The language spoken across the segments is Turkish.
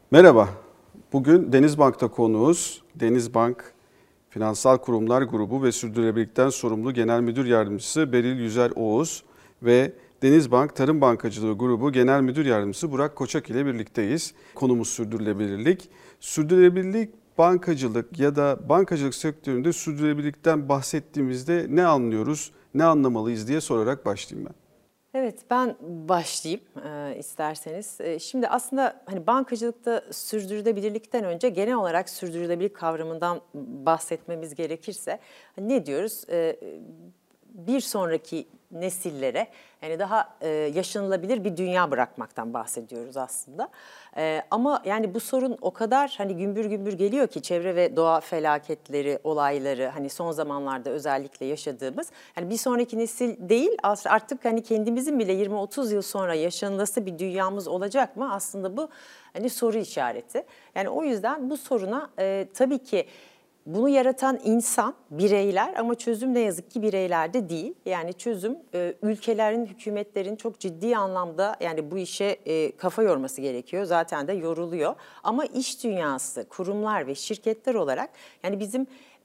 Merhaba, bugün Denizbank'ta konuğuz. Denizbank Finansal Kurumlar Grubu ve Sürdürülebilikten Sorumlu Genel Müdür Yardımcısı Beril Yüzer Oğuz ve Denizbank Tarım Bankacılığı Grubu Genel Müdür Yardımcısı Burak Koçak ile birlikteyiz. Konumuz sürdürülebilirlik. Sürdürülebilirlik, bankacılık ya da bankacılık sektöründe sürdürülebilikten bahsettiğimizde ne anlıyoruz, ne anlamalıyız diye sorarak başlayayım ben. Evet, ben başlayayım isterseniz. Şimdi aslında hani bankacılıkta sürdürülebilirlikten önce genel olarak sürdürülebilirlik kavramından bahsetmemiz gerekirse ne diyoruz? Bir sonraki nesillere yani daha yaşanılabilir bir dünya bırakmaktan bahsediyoruz aslında. Ama yani bu sorun o kadar hani gümbür gümbür geliyor ki çevre ve doğa felaketleri, olayları hani son zamanlarda özellikle yaşadığımız yani bir sonraki nesil değil artık hani kendimizin bile 20-30 yıl sonra yaşanılası bir dünyamız olacak mı? Aslında bu hani soru işareti. Yani o yüzden bu soruna tabii ki bunu yaratan insan, bireyler ama çözüm ne yazık ki bireylerde değil. Yani çözüm ülkelerin, hükümetlerin çok ciddi anlamda yani bu işe kafa yorması gerekiyor. Zaten de yoruluyor. Ama iş dünyası, kurumlar ve şirketler olarak yani bizim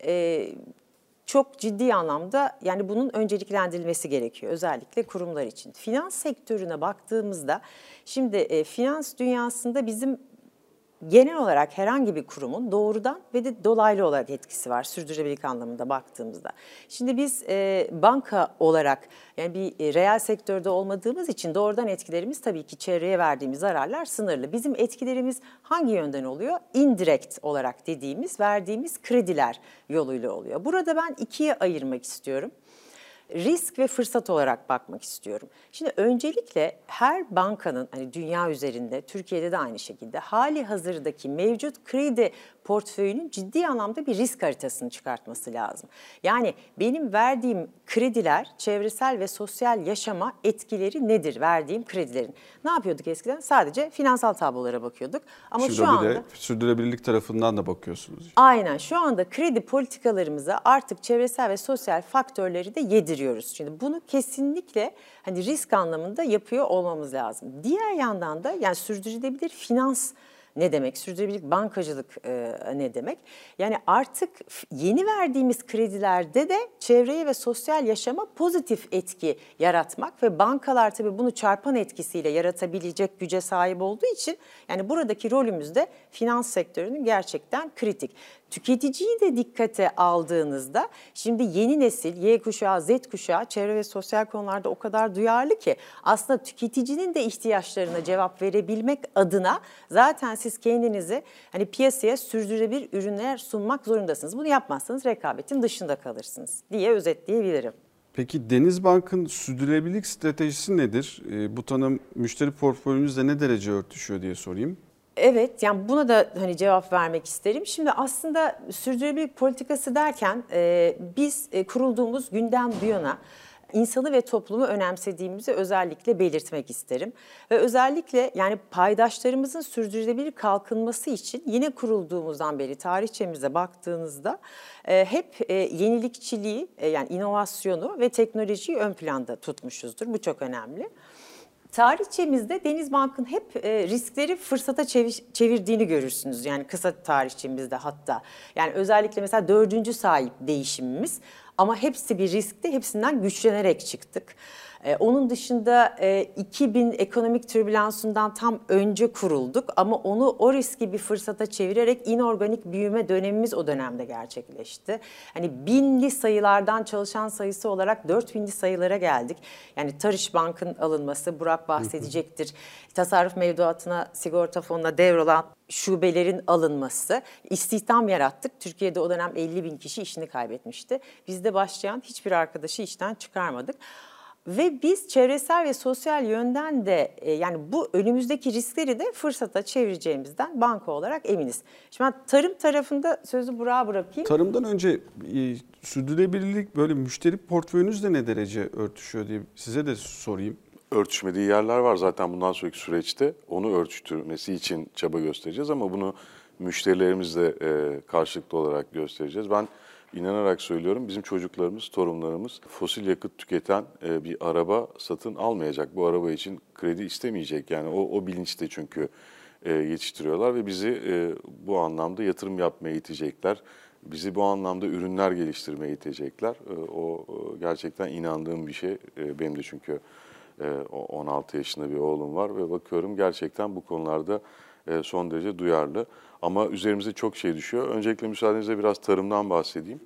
çok ciddi anlamda yani bunun önceliklendirilmesi gerekiyor özellikle kurumlar için. Finans sektörüne baktığımızda şimdi finans dünyasında bizim genel olarak herhangi bir kurumun doğrudan ve de dolaylı olarak etkisi var sürdürülebilirlik anlamında baktığımızda. Şimdi biz banka olarak yani bir reel sektörde olmadığımız için doğrudan etkilerimiz tabii ki çevreye verdiğimiz zararlar sınırlı. Bizim etkilerimiz hangi yönden oluyor? Indirect olarak dediğimiz verdiğimiz krediler yoluyla oluyor. Burada ben ikiye ayırmak istiyorum. Risk ve fırsat olarak bakmak istiyorum. Şimdi öncelikle her bankanın hani dünya üzerinde, Türkiye'de de aynı şekilde hali hazırdaki mevcut kredi portföyünün ciddi anlamda bir risk haritasını çıkartması lazım. Yani benim verdiğim krediler çevresel ve sosyal yaşama etkileri nedir verdiğim kredilerin? Ne yapıyorduk eskiden? Sadece finansal tablolara bakıyorduk. Ama Şimdi şu bir anda de sürdürülebilirlik tarafından da bakıyorsunuz. aynen şu anda kredi politikalarımıza artık çevresel ve sosyal faktörleri de yediriyoruz. Şimdi bunu kesinlikle hani risk anlamında yapıyor olmamız lazım. Diğer yandan da yani sürdürülebilir finans ne demek? Sürdürülebilir bankacılık ne demek? Yani artık yeni verdiğimiz kredilerde de çevreye ve sosyal yaşama pozitif etki yaratmak ve bankalar tabii bunu çarpan etkisiyle yaratabilecek güce sahip olduğu için yani buradaki rolümüz de finans sektörünün gerçekten kritik. Tüketiciyi de dikkate aldığınızda şimdi yeni nesil Y kuşağı, Z kuşağı çevre ve sosyal konularda o kadar duyarlı ki aslında tüketicinin de ihtiyaçlarına cevap verebilmek adına zaten siz kendinizi hani piyasaya sürdürülebilir ürünler sunmak zorundasınız. Bunu yapmazsanız rekabetin dışında kalırsınız diye özetleyebilirim. Peki Denizbank'ın sürdürülebilirlik stratejisi nedir? Bu tanım müşteri portföyünüzle ne derece örtüşüyor diye sorayım. Evet, yani buna da hani cevap vermek isterim. Şimdi aslında sürdürülebilirlik politikası derken biz kurulduğumuz günden bu yana insanı ve toplumu önemsediğimizi özellikle belirtmek isterim. Ve özellikle yani paydaşlarımızın sürdürülebilir kalkınması için yine kurulduğumuzdan beri tarihçemize baktığınızda hep yenilikçiliği yani inovasyonu ve teknolojiyi ön planda tutmuşuzdur. Bu çok önemli. Tarihçemizde Denizbank'ın hep riskleri fırsata çevirdiğini görürsünüz. Yani kısa tarihçemizde hatta. Yani özellikle mesela 4. sahip değişimimiz ama hepsi bir riskti. Hepsinden güçlenerek çıktık. Onun dışında 2000 ekonomik türbülansından tam önce kurulduk ama onu o riski bir fırsata çevirerek inorganik büyüme dönemimiz o dönemde gerçekleşti. Hani binli sayılardan çalışan sayısı olarak 4000'li sayılara geldik. Yani Tarış Bank'ın alınması, Burak bahsedecektir. Tasarruf mevduatına, sigorta fonuna devrolan şubelerin alınması, istihdam yarattık. Türkiye'de o dönem 50.000 kişi işini kaybetmişti. Bizde başlayan hiçbir arkadaşı işten çıkarmadık. Ve biz çevresel ve sosyal yönden de yani bu önümüzdeki riskleri de fırsata çevireceğimizden banka olarak eminiz. Şimdi ben tarım tarafında sözü Burak'a bırakayım. Tarımdan önce sürdürülebilirlik böyle müşteri portföyünüzle ne derece örtüşüyor diye size de sorayım. Örtüşmediği yerler var zaten bundan sonraki süreçte. Onu örtüştürmesi için çaba göstereceğiz ama bunu müşterilerimizle karşılıklı olarak göstereceğiz. Ben inanarak söylüyorum, bizim çocuklarımız, torunlarımız fosil yakıt tüketen bir araba satın almayacak. Bu araba için kredi istemeyecek. Yani o bilinçte çünkü yetiştiriyorlar ve bizi bu anlamda yatırım yapmaya itecekler. Bizi bu anlamda ürünler geliştirmeye itecekler. O gerçekten inandığım bir şey. Benim de çünkü 16 yaşında bir oğlum var ve bakıyorum gerçekten bu konularda son derece duyarlı. Ama üzerimize çok şey düşüyor. Öncelikle müsaadenizle biraz tarımdan bahsedeyim.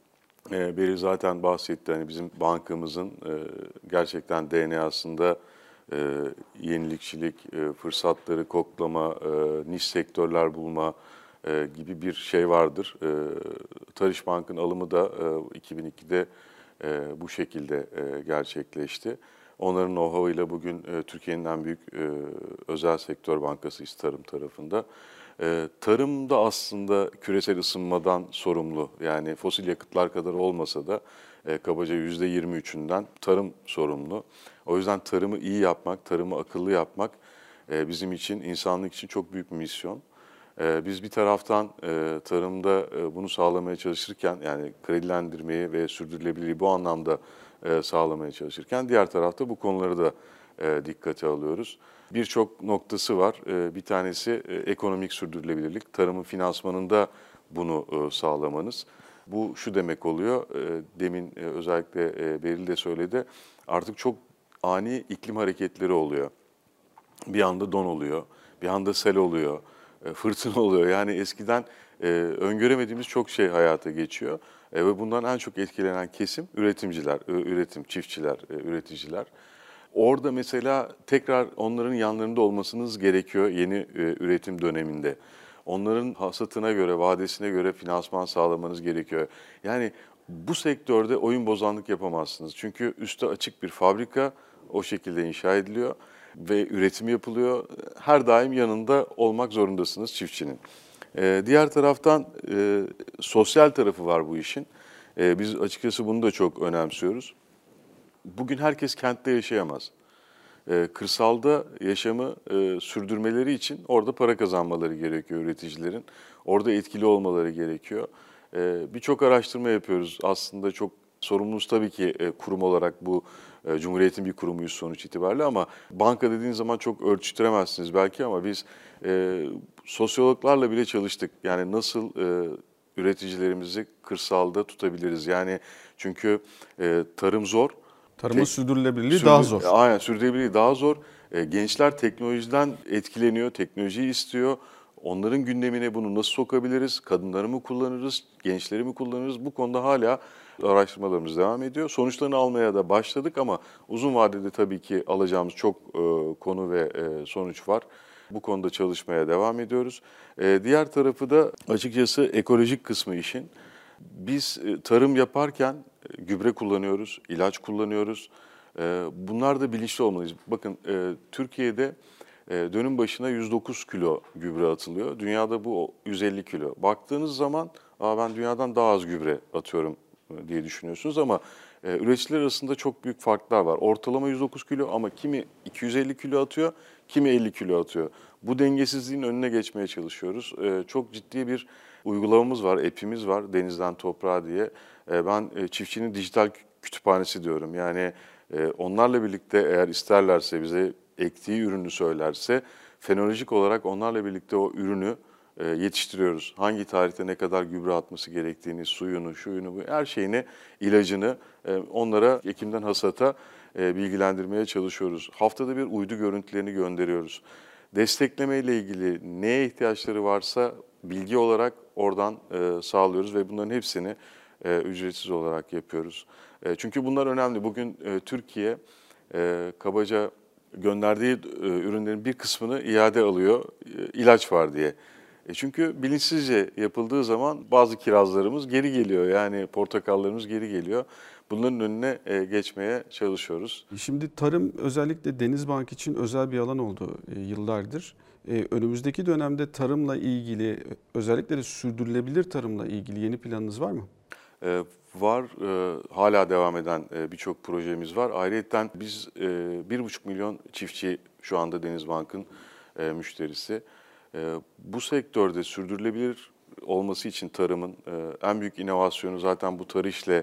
Beril zaten bahsetti. Hani bizim bankamızın gerçekten DNA'sında yenilikçilik, fırsatları koklama, niş sektörler bulma gibi bir şey vardır. Tarış Bank'ın alımı da 2002'de bu şekilde gerçekleşti. Onların know-how'ıyla bugün Türkiye'nin en büyük özel sektör bankasıyız tarım tarafında. Tarım da aslında küresel ısınmadan sorumlu. Yani fosil yakıtlar kadar olmasa da kabaca %23'ünden tarım sorumlu. O yüzden tarımı iyi yapmak, tarımı akıllı yapmak bizim için, insanlık için çok büyük bir misyon. Biz bir taraftan tarımda bunu sağlamaya çalışırken, yani kredilendirmeyi ve sürdürülebilirliği bu anlamda sağlamaya çalışırken, diğer tarafta bu konuları da dikkate alıyoruz. Birçok noktası var. Bir tanesi ekonomik sürdürülebilirlik. Tarımın finansmanında bunu sağlamanız. Bu şu demek oluyor, demin özellikle Beril de söyledi, artık çok ani iklim hareketleri oluyor. Bir anda don oluyor, bir anda sel oluyor, fırtına oluyor. Yani eskiden öngöremediğimiz çok şey hayata geçiyor. Ve bundan en çok etkilenen kesim üretimciler, çiftçiler, üreticiler. Orada mesela tekrar onların yanlarında olmasınız gerekiyor yeni üretim döneminde. Onların hasatına göre, vadesine göre finansman sağlamanız gerekiyor. Yani bu sektörde oyun bozanlık yapamazsınız. Çünkü üstü açık bir fabrika o şekilde inşa ediliyor ve üretim yapılıyor. Her daim yanında olmak zorundasınız çiftçinin. Diğer taraftan sosyal tarafı var bu işin. Biz açıkçası bunu da çok önemsiyoruz. Bugün herkes kentte yaşayamaz. Kırsalda yaşamı sürdürmeleri için orada para kazanmaları gerekiyor üreticilerin. Orada etkili olmaları gerekiyor. Birçok araştırma yapıyoruz. Aslında çok sorumluyuz tabii ki kurum olarak bu Cumhuriyet'in bir kurumuyuz sonuç itibariyle ama banka dediğiniz zaman çok ölçütüremezsiniz belki ama biz sosyologlarla bile çalıştık. Yani nasıl üreticilerimizi kırsalda tutabiliriz? Yani çünkü tarım zor. Tarımın sürdürülebilirliği daha zor. Aynen, sürdürülebilirliği daha zor. Gençler teknolojiden etkileniyor, teknolojiyi istiyor. Onların gündemine bunu nasıl sokabiliriz? Kadınları mı kullanırız, gençleri mi kullanırız? Bu konuda hala araştırmalarımız devam ediyor. Sonuçlarını almaya da başladık ama uzun vadede tabii ki alacağımız çok konu ve sonuç var. Bu konuda çalışmaya devam ediyoruz. Diğer tarafı da açıkçası ekolojik kısmı işin. Biz tarım yaparken gübre kullanıyoruz, ilaç kullanıyoruz. Bunlar da bilinçli olmalıyız. Bakın Türkiye'de dönüm başına 109 kilo gübre atılıyor. Dünyada bu 150 kilo. Baktığınız zaman ben dünyadan daha az gübre atıyorum diye düşünüyorsunuz ama üreticiler arasında çok büyük farklar var. Ortalama 109 kilo ama kimi 250 kilo atıyor, kimi 50 kilo atıyor. Bu dengesizliğin önüne geçmeye çalışıyoruz. Çok ciddi bir uygulamamız var, app'imiz var Denizden Toprağa diye. Ben çiftçinin dijital kütüphanesi diyorum. Yani onlarla birlikte eğer isterlerse bize ektiği ürünü söylerse fenolojik olarak onlarla birlikte o ürünü yetiştiriyoruz. Hangi tarihte ne kadar gübre atması gerektiğini, suyunu, şuyunu, her şeyini, ilacını onlara Ekim'den hasata bilgilendirmeye çalışıyoruz. Haftada bir uydu görüntülerini gönderiyoruz. Destekleme ile ilgili neye ihtiyaçları varsa bilgi olarak oradan sağlıyoruz ve bunların hepsini ücretsiz olarak yapıyoruz. Çünkü bunlar önemli. Bugün Türkiye kabaca gönderdiği ürünlerin bir kısmını iade alıyor, ilaç var diye. Çünkü bilinçsizce yapıldığı zaman bazı kirazlarımız geri geliyor. Yani portakallarımız geri geliyor. Bunların önüne geçmeye çalışıyoruz. Şimdi tarım özellikle Denizbank için özel bir alan oldu yıllardır. Önümüzdeki dönemde tarımla ilgili, özellikle de sürdürülebilir tarımla ilgili yeni planınız var mı? Var, hala devam eden birçok projemiz var. Ayrıca biz 1,5 milyon çiftçi şu anda Denizbank'ın müşterisi. Bu sektörde sürdürülebilir olması için tarımın en büyük inovasyonu zaten bu TARİŞ'le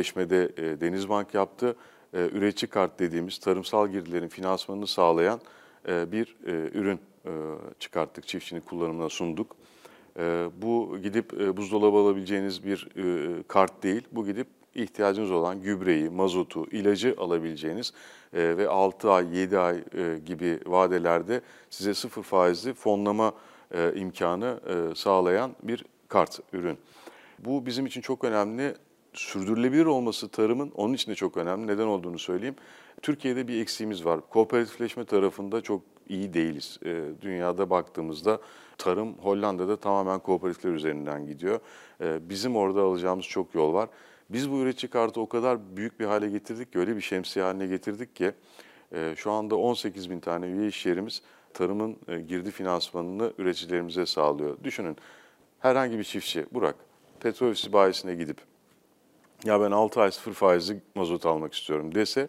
birleşmede Denizbank yaptı. Üretici kart dediğimiz tarımsal girdilerin finansmanını sağlayan bir ürün çıkarttık, çiftçinin kullanımına sunduk. Bu gidip buzdolabı alabileceğiniz bir kart değil, bu gidip ihtiyacınız olan gübreyi, mazotu, ilacı alabileceğiniz ve 6 ay, 7 ay gibi vadelerde size 0 faizli fonlama imkanı sağlayan bir kart, ürün. Bu bizim için çok önemli. Sürdürülebilir olması tarımın onun için de çok önemli. Neden olduğunu söyleyeyim. Türkiye'de bir eksiğimiz var. Kooperatifleşme tarafında çok iyi değiliz. Dünyada baktığımızda tarım Hollanda'da tamamen kooperatifler üzerinden gidiyor. Bizim orada alacağımız çok yol var. Biz bu üretici kartı o kadar büyük bir hale getirdik ki, öyle bir şemsiye haline getirdik ki şu anda 18 bin tane üye iş yerimiz tarımın girdi finansmanını üreticilerimize sağlıyor. Düşünün, herhangi bir çiftçi, Burak, petrol ofisi bayisine gidip ya ben 6 ay 0 faizli mazot almak istiyorum dese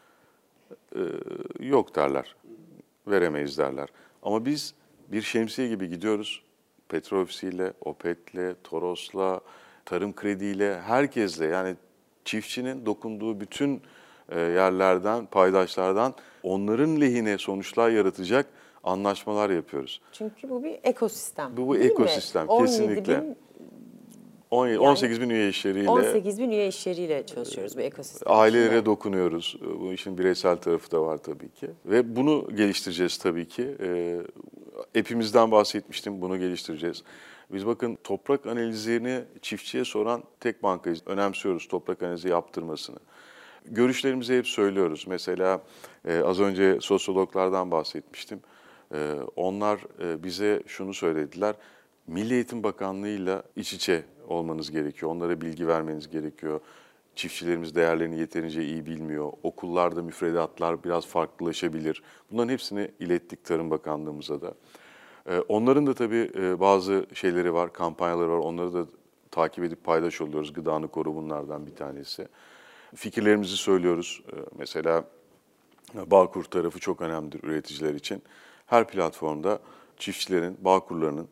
yok derler, veremeyiz derler. Ama biz bir şemsiye gibi gidiyoruz, petrol ofisiyle, Opet'le, Toros'la, tarım krediyle, herkesle, yani çiftçinin dokunduğu bütün yerlerden, paydaşlardan onların lehine sonuçlar yaratacak anlaşmalar yapıyoruz. Çünkü bu bir ekosistem. Bu ekosistem, kesinlikle. 18 bin üye işyeriyle. 18 bin üye işyeriyle çalışıyoruz bu ekosistem. Ailelere dokunuyoruz. Bu işin bireysel tarafı da var tabii ki. Ve bunu geliştireceğiz tabii ki. App'imizden bahsetmiştim, bunu geliştireceğiz. Biz bakın, toprak analizlerini çiftçiye soran tek bankayız. Önemsiyoruz toprak analizi yaptırmasını. Görüşlerimizi hep söylüyoruz. Mesela az önce sosyologlardan bahsetmiştim. Onlar bize şunu söylediler. Milli Eğitim Bakanlığı'yla iç içe olmanız gerekiyor. Onlara bilgi vermeniz gerekiyor. Çiftçilerimiz değerlerini yeterince iyi bilmiyor. Okullarda müfredatlar biraz farklılaşabilir. Bunların hepsini ilettik Tarım Bakanlığımıza da. Onların da tabii bazı şeyleri var, kampanyaları var. Onları da takip edip paydaş oluyoruz. Gıdanı Koru bunlardan bir tanesi. Fikirlerimizi söylüyoruz. Mesela Bağkur tarafı çok önemlidir üreticiler için. Her platformda çiftçilerin, Bağkurlarının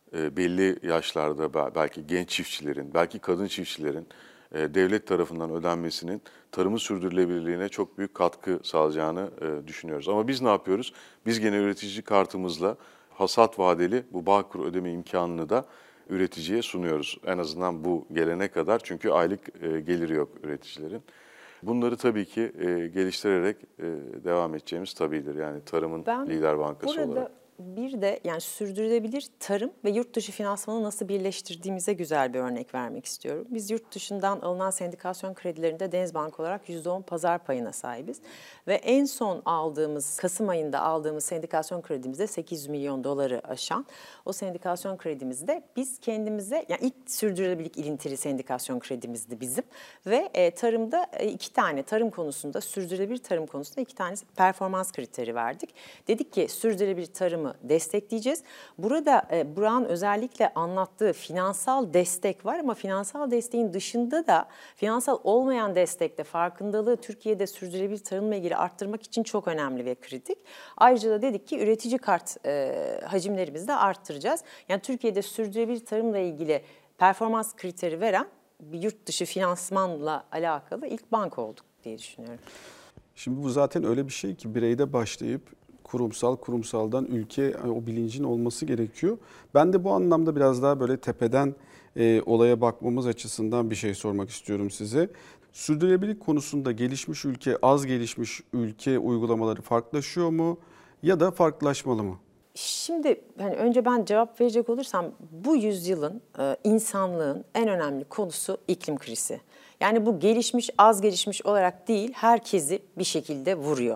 belli yaşlarda, belki genç çiftçilerin, belki kadın çiftçilerin devlet tarafından ödenmesinin tarımın sürdürülebilirliğine çok büyük katkı sağlayacağını düşünüyoruz. Ama biz ne yapıyoruz? Biz gene üretici kartımızla hasat vadeli bu Bağkur ödeme imkanını da üreticiye sunuyoruz. En azından bu gelene kadar, çünkü aylık geliri yok üreticilerin. Bunları tabii ki geliştirerek devam edeceğimiz tabidir. Yani tarımın lider bankası olarak. Bir de yani sürdürülebilir tarım ve yurt dışı finansmanı nasıl birleştirdiğimize güzel bir örnek vermek istiyorum. Biz yurt dışından alınan sendikasyon kredilerinde Denizbank olarak %10 pazar payına sahibiz. Ve en son aldığımız, Kasım ayında aldığımız sendikasyon kredimizde 800 milyon doları aşan o sendikasyon kredimizde biz kendimize, yani ilk sürdürülebilirlik ilintili sendikasyon kredimizdi bizim. Ve tarımda 2 tane tarım konusunda, sürdürülebilir tarım konusunda 2 tane performans kriteri verdik. Dedik ki sürdürülebilir tarımı destekleyeceğiz. Burada Burak'ın özellikle anlattığı finansal destek var ama finansal desteğin dışında da finansal olmayan destekte farkındalığı Türkiye'de sürdürülebilir tarımla ilgili arttırmak için çok önemli ve kritik. Ayrıca da dedik ki üretici kart hacimlerimizi de arttıracağız. Yani Türkiye'de sürdürülebilir tarımla ilgili performans kriteri veren bir yurt dışı finansmanla alakalı ilk banka olduk diye düşünüyorum. Şimdi bu zaten öyle bir şey ki bireyde başlayıp kurumsaldan ülke, o bilincin olması gerekiyor. Ben de bu anlamda biraz daha böyle tepeden olaya bakmamız açısından bir şey sormak istiyorum size. Sürdürülebilirlik konusunda gelişmiş ülke, az gelişmiş ülke uygulamaları farklılaşıyor mu ya da farklılaşmalı mı? Şimdi hani önce ben cevap verecek olursam, bu yüzyılın insanlığın en önemli konusu iklim krizi. Yani bu gelişmiş, az gelişmiş olarak değil, herkesi bir şekilde vuruyor.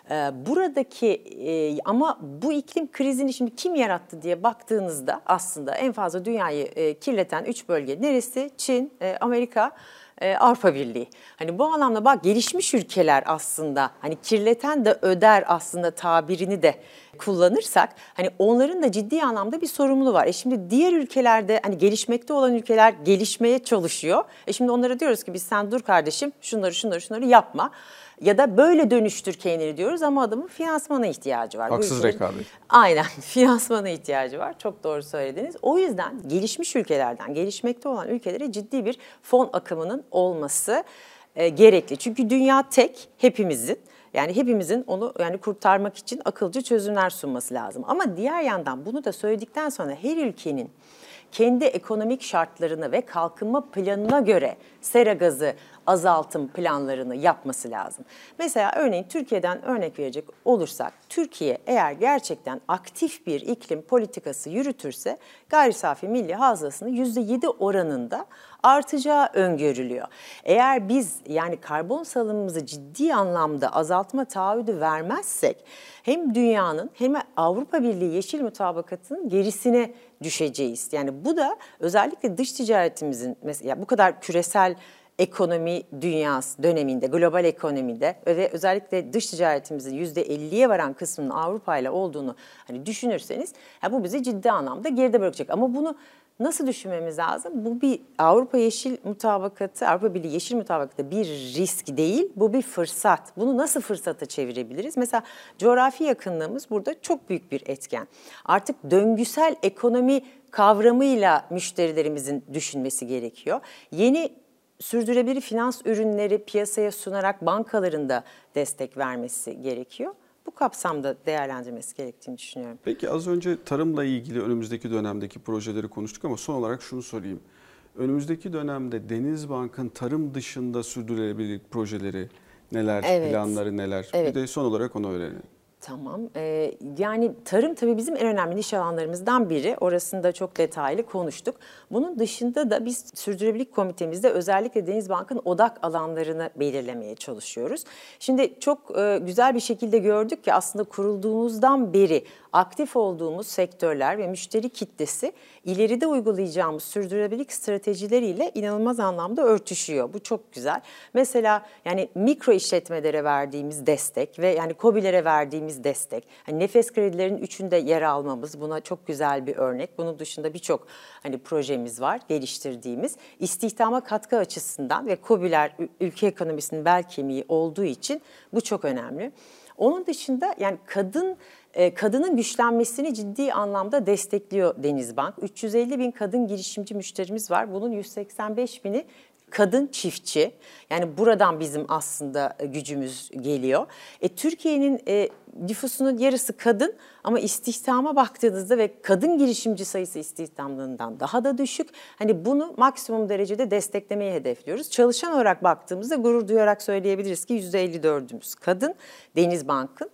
Buradaki ama bu iklim krizini şimdi kim yarattı diye baktığınızda aslında en fazla dünyayı kirleten 3 bölge neresi? Çin, Amerika, Avrupa Birliği. Hani bu anlamda bak, gelişmiş ülkeler aslında hani kirleten de öder aslında tabirini de kullanırsak hani onların da ciddi anlamda bir sorumluluğu var. Şimdi diğer ülkelerde hani gelişmekte olan ülkeler gelişmeye çalışıyor. Şimdi onlara diyoruz ki biz sen dur kardeşim şunları yapma. Ya da böyle dönüştür kendini diyoruz ama adamın finansmana ihtiyacı var. Haksız rekabet. Aynen, finansmana ihtiyacı var. Çok doğru söylediniz. O yüzden gelişmiş ülkelerden gelişmekte olan ülkelere ciddi bir fon akımının olması gerekli. Çünkü dünya tek, hepimizin. Yani hepimizin onu yani kurtarmak için akılcı çözümler sunması lazım. Ama diğer yandan bunu da söyledikten sonra her ülkenin kendi ekonomik şartlarını ve kalkınma planına göre sera gazı azaltım planlarını yapması lazım. Mesela örneğin Türkiye'den örnek verecek olursak, Türkiye eğer gerçekten aktif bir iklim politikası yürütürse gayri safi milli hasılasının %7 oranında artacağı öngörülüyor. Eğer biz yani karbon salımımızı ciddi anlamda azaltma taahhüdü vermezsek hem dünyanın hem Avrupa Birliği Yeşil Mutabakatı'nın gerisine düşeceğiz. Yani bu da özellikle dış ticaretimizin mesela bu kadar küresel ekonomi dünyası döneminde, global ekonomide ve özellikle dış ticaretimizin %50'ye varan kısmının Avrupa ile olduğunu hani düşünürseniz bu bizi ciddi anlamda geride bırakacak. Ama bunu nasıl düşünmemiz lazım? Bu bir Avrupa Yeşil Mutabakatı, Avrupa Birliği Yeşil Mutabakatı bir risk değil, bu bir fırsat. Bunu nasıl fırsata çevirebiliriz? Mesela coğrafi yakınlığımız burada çok büyük bir etken. Artık döngüsel ekonomi kavramıyla müşterilerimizin düşünmesi gerekiyor. Yeni sürdürülebilir finans ürünleri piyasaya sunarak bankaların da destek vermesi gerekiyor. Bu kapsamda değerlendirmesi gerektiğini düşünüyorum. Peki az önce tarımla ilgili önümüzdeki dönemdeki projeleri konuştuk ama son olarak şunu sorayım. Önümüzdeki dönemde Denizbank'ın tarım dışında sürdürülebilirlik projeleri neler, planları neler? Bir de son olarak onu öğrenelim. Tamam. Yani tarım tabii bizim en önemli iş alanlarımızdan biri. Orasını da çok detaylı konuştuk. Bunun dışında da biz Sürdürülebilirlik Komitemizde özellikle Denizbank'ın odak alanlarını belirlemeye çalışıyoruz. Şimdi çok güzel bir şekilde gördük ki aslında kurulduğumuzdan beri aktif olduğumuz sektörler ve müşteri kitlesi ileride uygulayacağımız sürdürülebilirlik stratejileriyle inanılmaz anlamda örtüşüyor. Bu çok güzel. Mesela yani mikro işletmelere verdiğimiz destek ve yani KOBİ'lere verdiğimiz destek. Hani nefes kredilerin üçünde yer almamız buna çok güzel bir örnek. Bunun dışında birçok hani projemiz var geliştirdiğimiz. İstihdama katkı açısından ve KOBİ'ler ülke ekonomisinin bel kemiği olduğu için bu çok önemli. Onun dışında yani kadının güçlenmesini ciddi anlamda destekliyor Denizbank. 350 bin kadın girişimci müşterimiz var. Bunun 185 bini kadın çiftçi. Yani buradan bizim aslında gücümüz geliyor. Türkiye'nin nüfusunun yarısı kadın ama istihdama baktığınızda ve kadın girişimci sayısı istihdamlığından daha da düşük. Hani bunu maksimum derecede desteklemeyi hedefliyoruz. Çalışan olarak baktığımızda gurur duyarak söyleyebiliriz ki %54'ümüz kadın Denizbank'ın.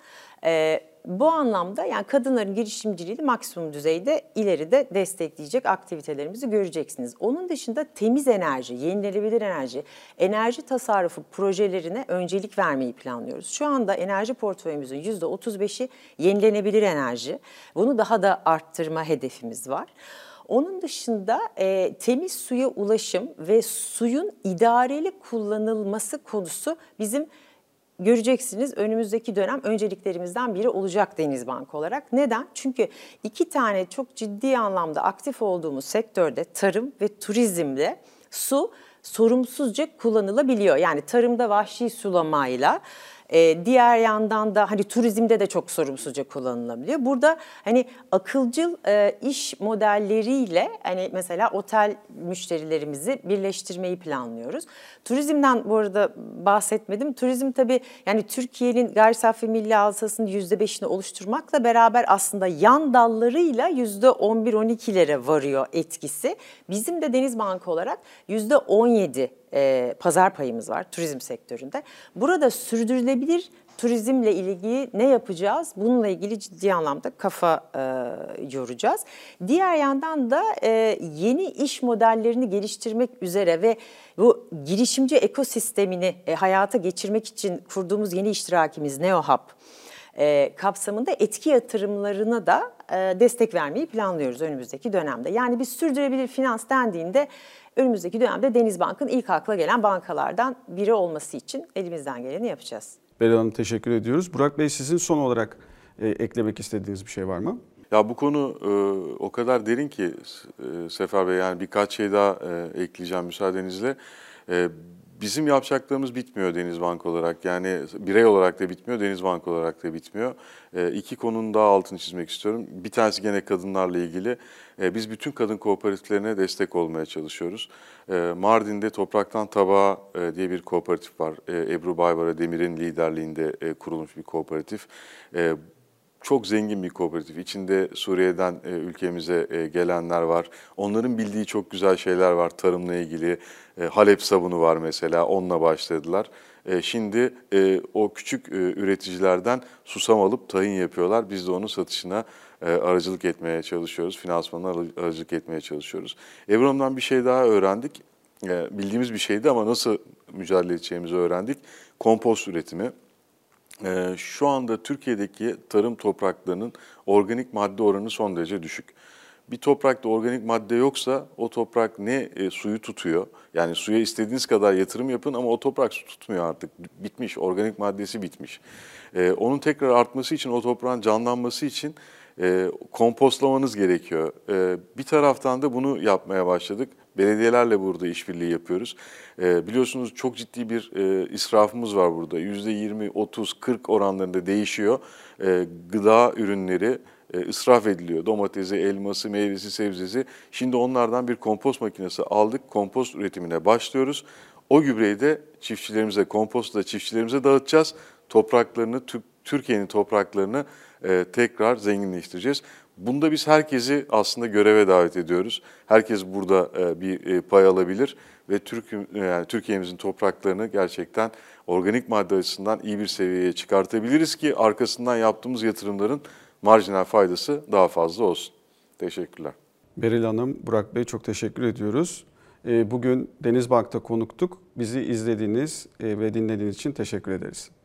Bu anlamda yani kadınların girişimciliğini maksimum düzeyde ileride destekleyecek aktivitelerimizi göreceksiniz. Onun dışında temiz enerji, yenilenebilir enerji, enerji tasarrufu projelerine öncelik vermeyi planlıyoruz. Şu anda enerji portföyümüzün %35'i yenilenebilir enerji. Bunu daha da arttırma hedefimiz var. Onun dışında temiz suya ulaşım ve suyun idareli kullanılması konusu bizim göreceksiniz önümüzdeki dönem önceliklerimizden biri olacak Denizbank olarak. Neden? Çünkü iki tane çok ciddi anlamda aktif olduğumuz sektörde tarım ve turizmde su sorumsuzca kullanılabiliyor. Yani tarımda vahşi sulamayla diğer yandan da hani turizmde de çok sorumsuzca kullanılabiliyor. Burada hani akılcıl iş modelleriyle hani mesela otel müşterilerimizi birleştirmeyi planlıyoruz. Turizmden bu arada bahsetmedim. Turizm tabii yani Türkiye'nin gayri safi milli hasılasının %5'ini oluşturmakla beraber aslında yan dallarıyla %11-12'lere varıyor etkisi. Bizim de Denizbank olarak %17 pazar payımız var turizm sektöründe. Burada sürdürülebilir turizmle ilgili ne yapacağız? Bununla ilgili ciddi anlamda kafa yoracağız. Diğer yandan da yeni iş modellerini geliştirmek üzere ve bu girişimci ekosistemini hayata geçirmek için kurduğumuz yeni iştirakimiz NeoHub kapsamında etki yatırımlarına da destek vermeyi planlıyoruz önümüzdeki dönemde. Yani biz sürdürülebilir finans dendiğinde önümüzdeki dönemde Denizbank'ın ilk akla gelen bankalardan biri olması için elimizden geleni yapacağız. Beril Hanım teşekkür ediyoruz. Burak Bey sizin son olarak eklemek istediğiniz bir şey var mı? Ya bu konu o kadar derin ki Sefer Bey, yani birkaç şey daha ekleyeceğim müsaadenizle. Bizim yapacaklarımız bitmiyor Denizbank olarak. Yani birey olarak da bitmiyor, Denizbank olarak da bitmiyor. İki konunun daha altını çizmek istiyorum. Bir tanesi gene kadınlarla ilgili. Biz bütün kadın kooperatiflerine destek olmaya çalışıyoruz. Mardin'de Topraktan Tabağa diye bir kooperatif var. Ebru Baybara Demir'in liderliğinde kurulmuş bir kooperatif. Çok zengin bir kooperatif. İçinde Suriye'den ülkemize gelenler var. Onların bildiği çok güzel şeyler var tarımla ilgili. Halep sabunu var mesela, onunla başladılar. Şimdi o küçük üreticilerden susam alıp tahin yapıyorlar. Biz de onun satışına aracılık etmeye çalışıyoruz. Finansmanına aracılık etmeye çalışıyoruz. Ebru Hanım'dan bir şey daha öğrendik. Bildiğimiz bir şeydi ama nasıl mücadele edeceğimizi öğrendik. Kompost üretimi. Şu anda Türkiye'deki tarım topraklarının organik madde oranı son derece düşük. Bir toprakta organik madde yoksa o toprak ne suyu tutuyor. Yani suya istediğiniz kadar yatırım yapın ama o toprak su tutmuyor artık. Bitmiş, organik maddesi bitmiş. Onun tekrar artması için, o toprağın canlanması için kompostlamanız gerekiyor. Bir taraftan da bunu yapmaya başladık. Belediyelerle burada işbirliği yapıyoruz. Biliyorsunuz çok ciddi bir israfımız var burada. %20, 30, 40 oranlarında değişiyor. Gıda ürünleri israf ediliyor. Domatesi, elması, meyvesi, sebzesi. Şimdi onlardan bir kompost makinesi aldık. Kompost üretimine başlıyoruz. O gübreyi de çiftçilerimize, kompostu da çiftçilerimize dağıtacağız. Topraklarını, Türkiye'nin topraklarını tekrar zenginleştireceğiz. Bunda biz herkesi aslında göreve davet ediyoruz. Herkes burada bir pay alabilir ve Türkiye'mizin topraklarını gerçekten organik madde açısından iyi bir seviyeye çıkartabiliriz ki arkasından yaptığımız yatırımların marjinal faydası daha fazla olsun. Teşekkürler. Beril Hanım, Burak Bey çok teşekkür ediyoruz. Bugün Denizbank'ta konuktuk. Bizi izlediğiniz ve dinlediğiniz için teşekkür ederiz.